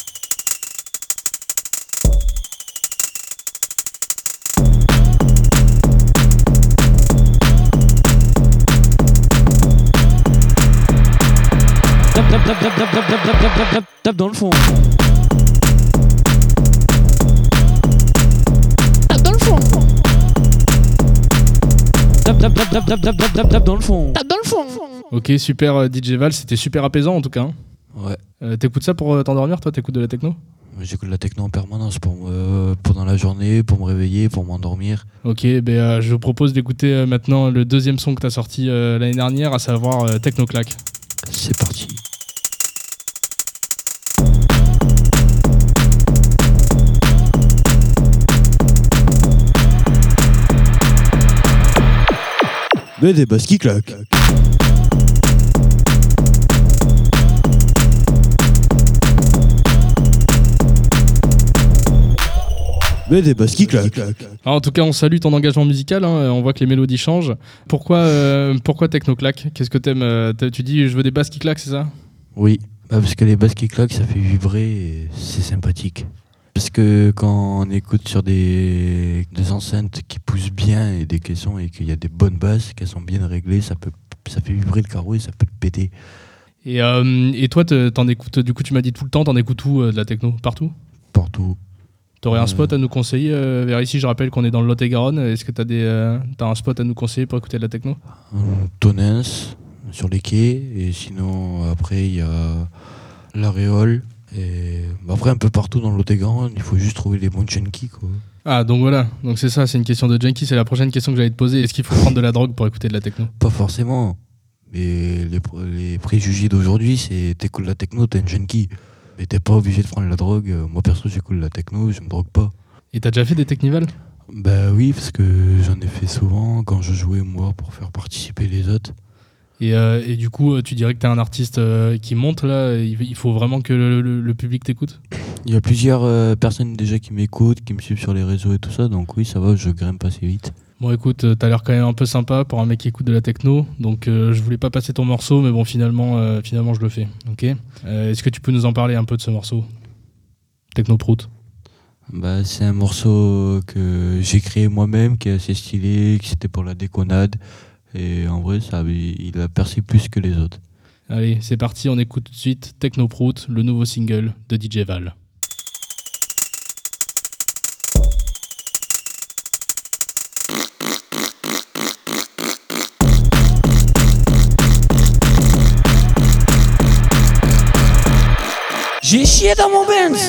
Tape, tape, tape, tape, tape, tape, tape, tape, tape, tape dans le fond. Tape dans le fond. Tape, tape, tape, tape, tape, tape, tape, tape, tape dans le fond. Tape dans le fond. Ok, super euh, D J Val, c'était super apaisant en tout cas. Hein. Ouais. Euh, t'écoutes ça pour euh, t'endormir, toi? T'écoutes de la techno? J'écoute de la techno en permanence pour euh, pendant la journée, pour me réveiller, pour m'endormir. Ok, ben euh, je vous propose d'écouter euh, maintenant le deuxième son que t'as sorti euh, l'année dernière, à savoir euh, Techno Claque. C'est parti. Mais des basses qui claquent. Mais des basses qui claquent. Alors, en tout cas, on salue ton engagement musical, hein, on voit que les mélodies changent. Pourquoi, euh, pourquoi Techno Claque? Qu'est-ce que t'aimes euh, Tu dis je veux des basses qui claquent, c'est ça? Oui, bah parce que les basses qui claquent, ça fait vibrer et c'est sympathique. Parce que quand on écoute sur des, des enceintes qui poussent bien et des caissons et qu'il y a des bonnes basses, qu'elles sont bien réglées, ça, peut, ça fait vibrer le carreau et ça peut le péter. Et, euh, et toi, t'en écoutes, du coup, tu m'as dit tout le temps, t'en écoutes où euh, de la techno? Partout? Partout. T'aurais euh... un spot à nous conseiller euh, vers ici? Je rappelle qu'on est dans le Lot-et-Garonne. Est-ce que t'as des, euh, t'as un spot à nous conseiller pour écouter de la techno? euh, Tonens, sur les quais. Et sinon, après, il y a l'Aréole. Et après, un peu partout dans le Lot-et-Garonne, il faut juste trouver les bons junkies, quoi. Ah, donc voilà, donc c'est ça, c'est une question de junkie. C'est la prochaine question que j'allais te poser. Est-ce qu'il faut prendre de la drogue pour écouter de la techno? Pas forcément. Mais les, les préjugés d'aujourd'hui, c'est t'écoutes de la techno, t'es un junkie. Mais t'es pas obligé de prendre la drogue. Moi, perso, j'écoute de la techno, je me drogue pas. Et t'as déjà fait des technivals? Bah oui, parce que j'en ai fait souvent quand je jouais, moi, pour faire participer les autres. Et, euh, et du coup, tu dirais que t'es un artiste euh, qui monte là, il faut vraiment que le, le, le public t'écoute? Il y a plusieurs euh, personnes déjà qui m'écoutent, qui me suivent sur les réseaux et tout ça, donc oui, ça va, je grimpe assez vite. Bon, écoute, euh, t'as l'air quand même un peu sympa pour un mec qui écoute de la techno, donc euh, je voulais pas passer ton morceau, mais bon, finalement, euh, finalement je le fais. Ok. Euh, est-ce que tu peux nous en parler un peu de ce morceau, Techno Prout? Bah, c'est un morceau que j'ai créé moi-même, qui est assez stylé, qui c'était pour la déconnade, et en vrai, ça, il a percé plus que les autres. Allez, c'est parti, on écoute tout de suite Techno Prout, le nouveau single de D J Val. J'ai chié dans mon Benz.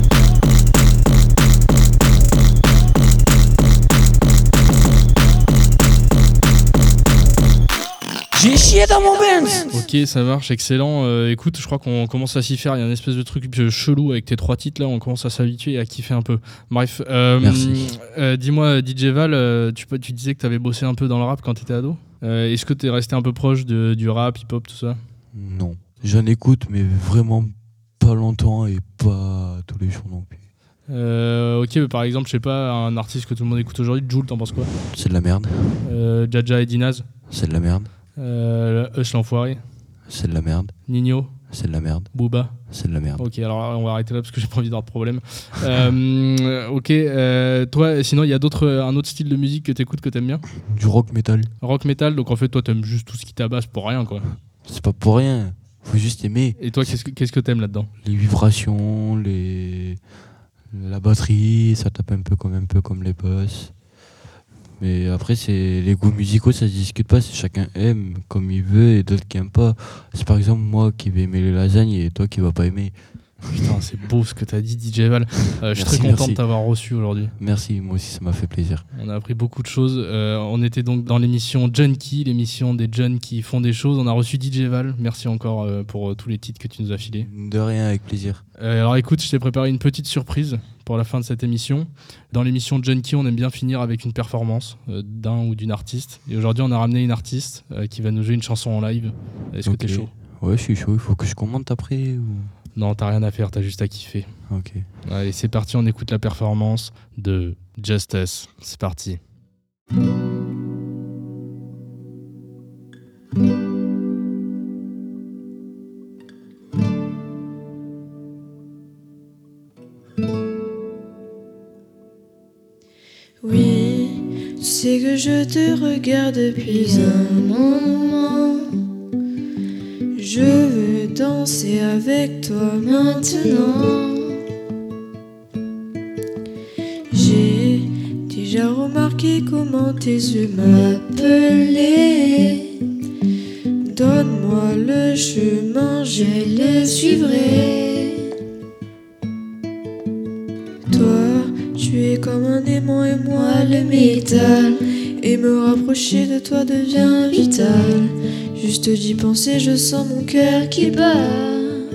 J'ai chié dans mon Benz. Ok, ça marche, excellent. Euh, écoute, je crois qu'on commence à s'y faire. Il y a une espèce de truc chelou avec tes trois titres là. On commence à s'habituer et à kiffer un peu. Bref, euh, merci. Euh, dis-moi, D J Val, euh, tu, tu disais que tu avais bossé un peu dans le rap quand tu étais ado. Euh, est-ce que tu es resté un peu proche de, du rap, hip-hop, tout ça? Non. J'en écoute, mais vraiment pas longtemps et pas tous les jours non plus. Euh, ok, mais par exemple, je sais pas, un artiste que tout le monde écoute aujourd'hui, Jul, t'en penses quoi? C'est de la merde. Euh, Jaja et Dinaz. C'est de la merde. Euh, Hush l'enfoiré. C'est de la merde. Nino. C'est de la merde. Booba. C'est de la merde. Ok, alors on va arrêter là parce que j'ai pas envie d'avoir de problème. euh, ok, euh, toi, sinon il y a d'autres, un autre style de musique que t'écoutes que t'aimes bien? Du rock metal. Rock metal, donc en fait toi t'aimes juste tout ce qui tabasse pour rien quoi. C'est pas pour rien, faut juste aimer. Et toi qu'est-ce que, qu'est-ce que t'aimes là-dedans? Les vibrations, les... la batterie, ça tape un peu comme, un peu comme les basses. Mais après, c'est les goûts musicaux, ça se discute pas, c'est chacun aime comme il veut et d'autres qui aiment pas. C'est par exemple moi qui vais aimer les lasagnes et toi qui vas pas aimer. Putain, c'est beau ce que t'as dit, D J Val. Euh, je suis très content merci. de t'avoir reçu aujourd'hui. Merci, moi aussi ça m'a fait plaisir. On a appris beaucoup de choses. Euh, on était donc dans l'émission Junkie, l'émission des jeunes qui font des choses. On a reçu D J Val. Merci encore euh, pour euh, tous les titres que tu nous as filés. De rien, avec plaisir. Euh, alors écoute, je t'ai préparé une petite surprise pour la fin de cette émission. Dans l'émission Junkie, on aime bien finir avec une performance euh, d'un ou d'une artiste. Et aujourd'hui, on a ramené une artiste euh, qui va nous jouer une chanson en live. Est-ce okay. que t'es chaud? Ouais, je suis chaud. Il faut que je commente après ou... Non, t'as rien à faire, t'as juste à kiffer. Ok. Allez, c'est parti, on écoute la performance de Justice. C'est parti. Oui, tu sais que je te regarde depuis un moment. Je veux danser avec toi maintenant. J'ai déjà remarqué comment tes yeux m'appelaient. Donne-moi le chemin, je le suivrai. Toi, tu es comme un aimant et moi le métal. Et me rapprocher de toi devient vital. Juste d'y penser, je sens mon cœur qui bat.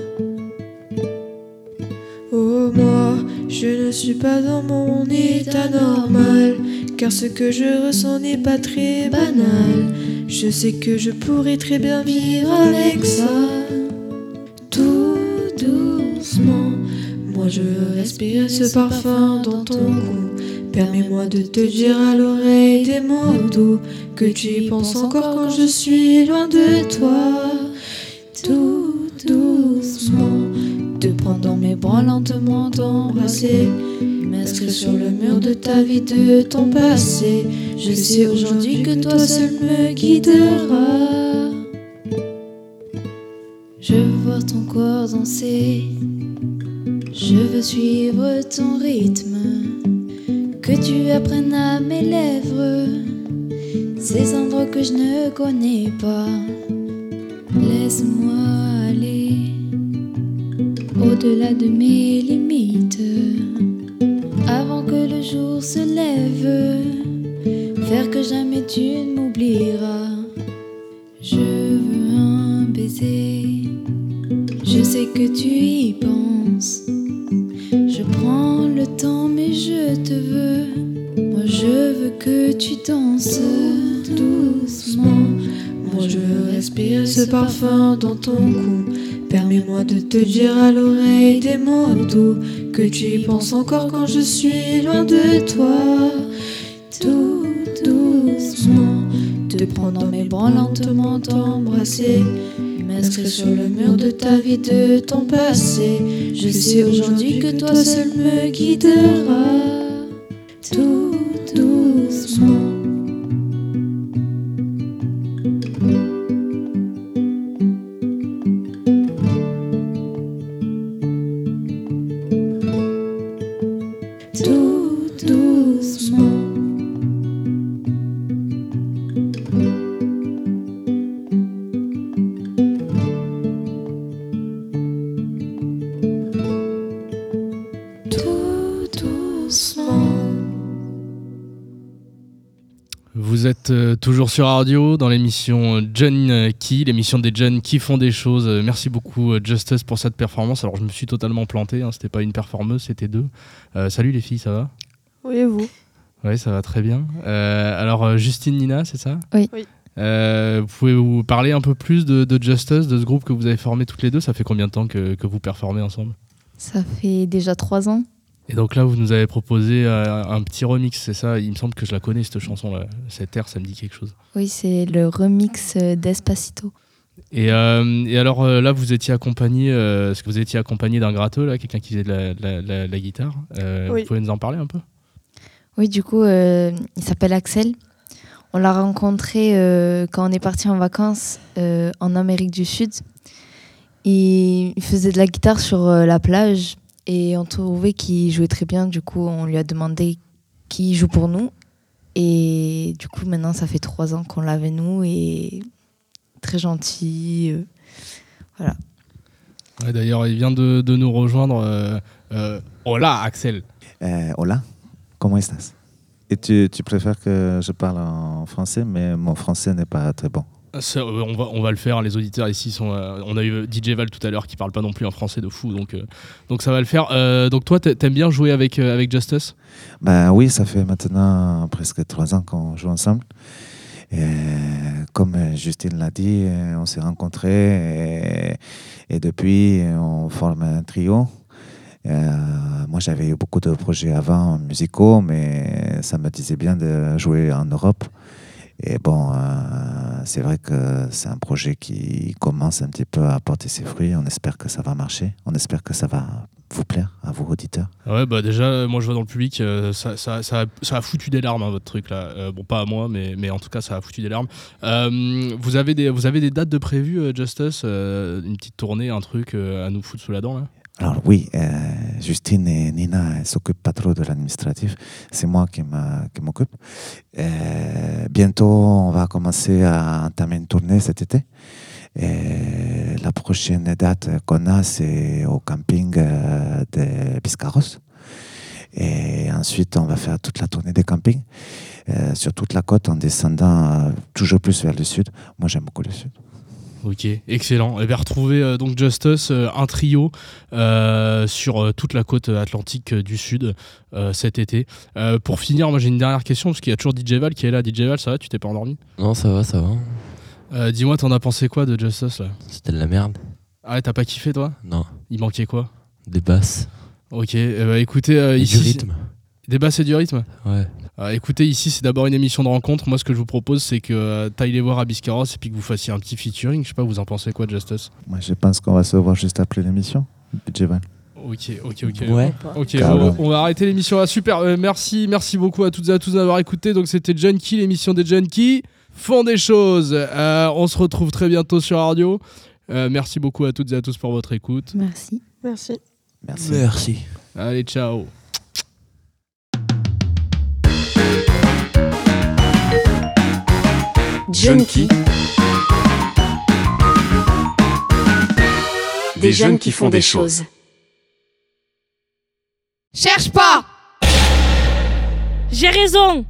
Oh moi, je ne suis pas dans mon état normal, car ce que je ressens n'est pas très banal. Je sais que je pourrais très bien vivre avec ça. Tout doucement, moi je veux respirer ce parfum dans ton cou. Permets-moi de te dire à l'oreille des mots doux, que tu y penses encore quand je suis loin de toi. Tout doucement, te prendre dans mes bras lentement, t'embrasser, m'inscrire sur le mur de ta vie, de ton passé. Je sais aujourd'hui que toi seul me guidera. Je veux voir ton corps danser, je veux suivre ton rythme. Que tu apprennes à mes lèvres ces endroits que je ne connais pas. Laisse-moi aller au-delà de mes limites, avant que le jour se lève, faire que jamais tu ne m'oublieras. Je veux un baiser, je sais que tu y penses. Je prends le temps mais je te veux. Moi je veux que tu danses doucement. Moi je veux respirer ce parfum dans ton cou. Permets-moi de te dire à l'oreille des mots doux, que tu y penses encore quand je suis loin de toi. Tout doucement, te prendre dans mes bras lentement, t'embrasser, m'inscrire sur le mur de ta vie, de ton passé. Je sais aujourd'hui que toi seul me guideras. Tout doucement. Tout doucement. Vous êtes euh, toujours sur Radio dans l'émission John Key, l'émission des jeunes qui font des choses. Euh, merci beaucoup euh, Justice pour cette performance. Alors je me suis totalement planté, hein, c'était pas une performeuse, c'était deux. Euh, salut les filles, ça va ? Oui, et vous ? Oui, ça va très bien. Euh, alors euh, Justine, Nina, c'est ça ? Oui. Oui. Euh, vous pouvez vous parler un peu plus de, de Justice, de ce groupe que vous avez formé toutes les deux ? Ça fait combien de temps que, que vous performez ensemble ? Ça fait déjà trois ans. Et donc là, vous nous avez proposé euh, un petit remix, c'est ça ? Il me semble que je la connais, cette chanson-là. Cette air, ça me dit quelque chose. Oui, c'est le remix d'Espacito. Et, euh, et alors euh, là, vous étiez accompagné, euh, est-ce que vous étiez accompagné d'un gratteux, là, quelqu'un qui faisait de la, la, la, la guitare euh, Oui. Vous pouvez nous en parler un peu ? Oui, du coup, euh, il s'appelle Axel. On l'a rencontré euh, quand on est parti en vacances euh, en Amérique du Sud. Et il faisait de la guitare sur euh, la plage. Et on trouvait qu'il jouait très bien. Du coup, on lui a demandé qui joue pour nous. Et du coup, maintenant, ça fait trois ans qu'on l'a avec nous. Et très gentil. Euh, voilà. Ouais, d'ailleurs, il vient de, de nous rejoindre. Euh, euh, hola, Axel. Euh, hola, comment estás? Et tu, tu préfères que je parle en français, mais mon français n'est pas très bon. Ça, on, va, on va le faire, les auditeurs ici sont... Euh, on a eu D J Val tout à l'heure qui parle pas non plus un français de fou, donc, euh, donc ça va le faire. Euh, donc toi, t'aimes bien jouer avec, euh, avec Justice ? Ben oui, ça fait maintenant presque trois ans qu'on joue ensemble. Et comme Justine l'a dit, on s'est rencontrés et, et depuis, on forme un trio. Euh, moi, j'avais eu beaucoup de projets avant musicaux, mais ça me disait bien de jouer en Europe. Et bon, euh, c'est vrai que c'est un projet qui commence un petit peu à porter ses fruits. On espère que ça va marcher. On espère que ça va vous plaire, à vous, auditeurs. Ouais, bah déjà, moi je vois dans le public, euh, ça, ça, ça, a, ça a foutu des larmes, hein, votre truc là. Euh, bon, pas à moi, mais, mais en tout cas, ça a foutu des larmes. Euh, vous, avez des, vous avez des dates de prévues, euh, Justice euh, une petite tournée, un truc euh, à nous foutre sous la dent là ? Alors oui, euh, Justine et Nina ne s'occupent pas trop de l'administratif, c'est moi qui, qui m'occupe. Euh, bientôt, on va commencer à entamer une tournée cet été. Et la prochaine date qu'on a, c'est au camping euh, de Biscarrosse. Et ensuite, on va faire toute la tournée des campings euh, sur toute la côte en descendant euh, toujours plus vers le sud. Moi, j'aime beaucoup le sud. Ok, excellent. Et bien retrouver euh, donc Justice, euh, un trio euh, sur euh, toute la côte atlantique euh, du sud euh, cet été. Euh, pour finir, moi j'ai une dernière question parce qu'il y a toujours D J Val qui est là. D J Val, ça va ? Tu t'es pas endormi ? Non, ça va, ça va. Euh, dis-moi, t'en as pensé quoi de Justice là ? C'était de la merde. Ah, t'as pas kiffé toi ? Non. Il manquait quoi ? Des basses. Ok, eh ben, écoutez, euh, et ici, du rythme. Des basses et du rythme ? Ouais. Euh, écoutez, ici c'est d'abord une émission de rencontre. Moi ce que je vous propose c'est que euh, t'ailles les voir à Biscarrosse et puis que vous fassissiez un petit featuring. Je sais pas, vous en pensez quoi, Justice ? Moi je pense qu'on va se voir juste après l'émission, D J Val. Ok, ok, ok. Ouais. Ok, on, on va arrêter l'émission là. Super, euh, merci, merci beaucoup à toutes et à tous d'avoir écouté. Donc c'était John Key, l'émission des John Key font des choses. Euh, on se retrouve très bientôt sur Radio. Euh, merci beaucoup à toutes et à tous pour votre écoute. Merci. Merci. Merci. Merci. Allez, ciao. John Key. Des jeunes qui font des choses. Cherche pas! J'ai raison!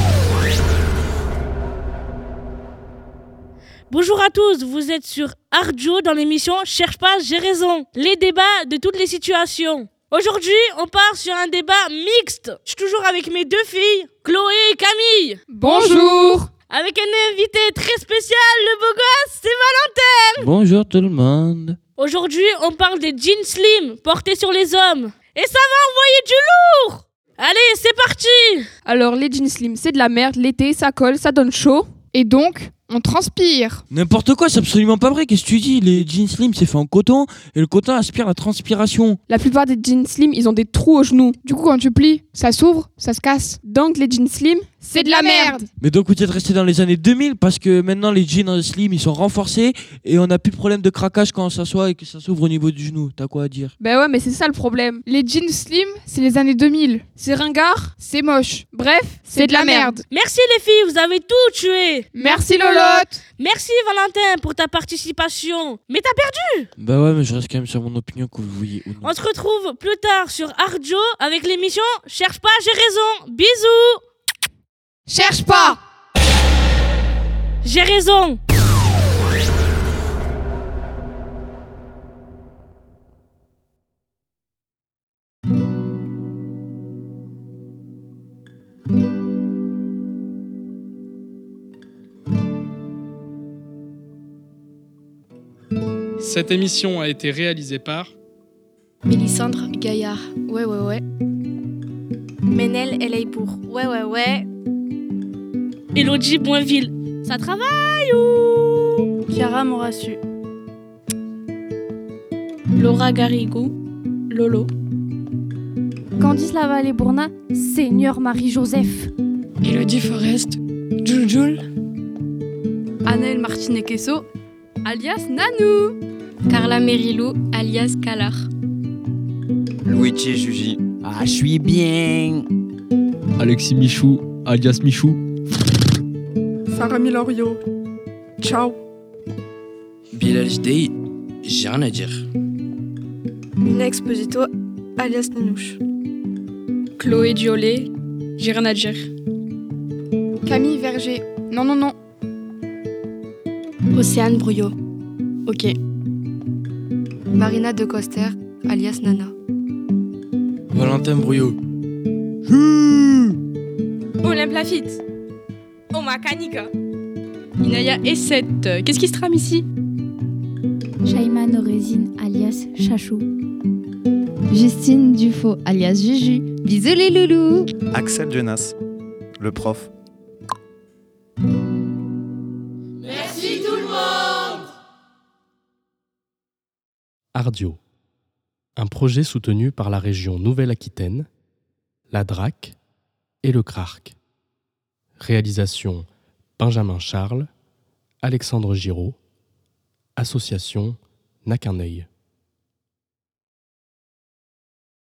Bonjour à tous, vous êtes sur Arjo dans l'émission Cherche pas, j'ai raison. Les débats de toutes les situations. Aujourd'hui, on part sur un débat mixte. Je suis toujours avec mes deux filles, Chloé et Camille. Bonjour! Avec un invité très spécial, le beau gosse, c'est Valentin. Bonjour tout le monde. Aujourd'hui, on parle des jeans slim portés sur les hommes. Et ça va envoyer du lourd! Allez, c'est parti! Alors, les jeans slim, c'est de la merde. L'été, ça colle, ça donne chaud. Et donc, on transpire. N'importe quoi, c'est absolument pas vrai. Qu'est-ce que tu dis? Les jeans slim, c'est fait en coton et le coton aspire la transpiration. La plupart des jeans slim, ils ont des trous aux genoux. Du coup, quand tu plies, ça s'ouvre, ça se casse. Donc, les jeans slim, c'est de la merde. Mais donc, vous êtes resté dans les années deux mille parce que maintenant, les jeans slim, ils sont renforcés et on n'a plus de problème de craquage quand on s'assoit et que ça s'ouvre au niveau du genou. T'as quoi à dire? Ben ouais, mais c'est ça le problème. Les jeans slim, c'est les années deux mille. C'est ringard, c'est moche. Bref, c'est de la merde. Merci les filles, vous avez tout tué. Merci Lolotte. Merci Valentin pour ta participation. Mais t'as perdu. Bah ouais, mais je reste quand même sur mon opinion que vous voyez ou non. On se retrouve plus tard sur Ardio avec l'émission Cherche pas, j'ai raison. Bisous. Cherche pas. J'ai raison. Cette émission a été réalisée par Mélissandre Gaillard, ouais ouais ouais. Ménel Eleybourg, ouais ouais ouais. Elodie Boinville, ça travaille ou Chiara Morassu. Laura Garrigou, Lolo. Candice Lavallée-Bourna, Seigneur Marie-Joseph. Elodie Forest, Juljul. Anaël Martinez-Queso, alias Nanou. Carla Mérilou, alias Calar. Luigi Jugi. Ah, je suis bien. Alexis Michou, alias Michou. Sarah Milorio. Ciao. Bilal Jdei, j'ai rien à dire. Mina Exposito, alias Ninouche. Chloé Diolé, j'ai rien à dire. Camille Verger, non non non. Océane Brouillot. Ok. Marina de Coster, alias Nana. Valentin Brouillot. Olympe Lafitte. Oma Kanika. Inaya Esset, qu'est-ce qui se trame ici? Shaima Norezine, alias Chachou. Justine Dufaux, alias Juju. Bisous les loulous. Axel Jonas, le prof. Merci tout le monde. Ardio, un projet soutenu par la région Nouvelle-Aquitaine, la D R A C et le C R A R C. Réalisation Benjamin Charles, Alexandre Giraud, association Nac un œil.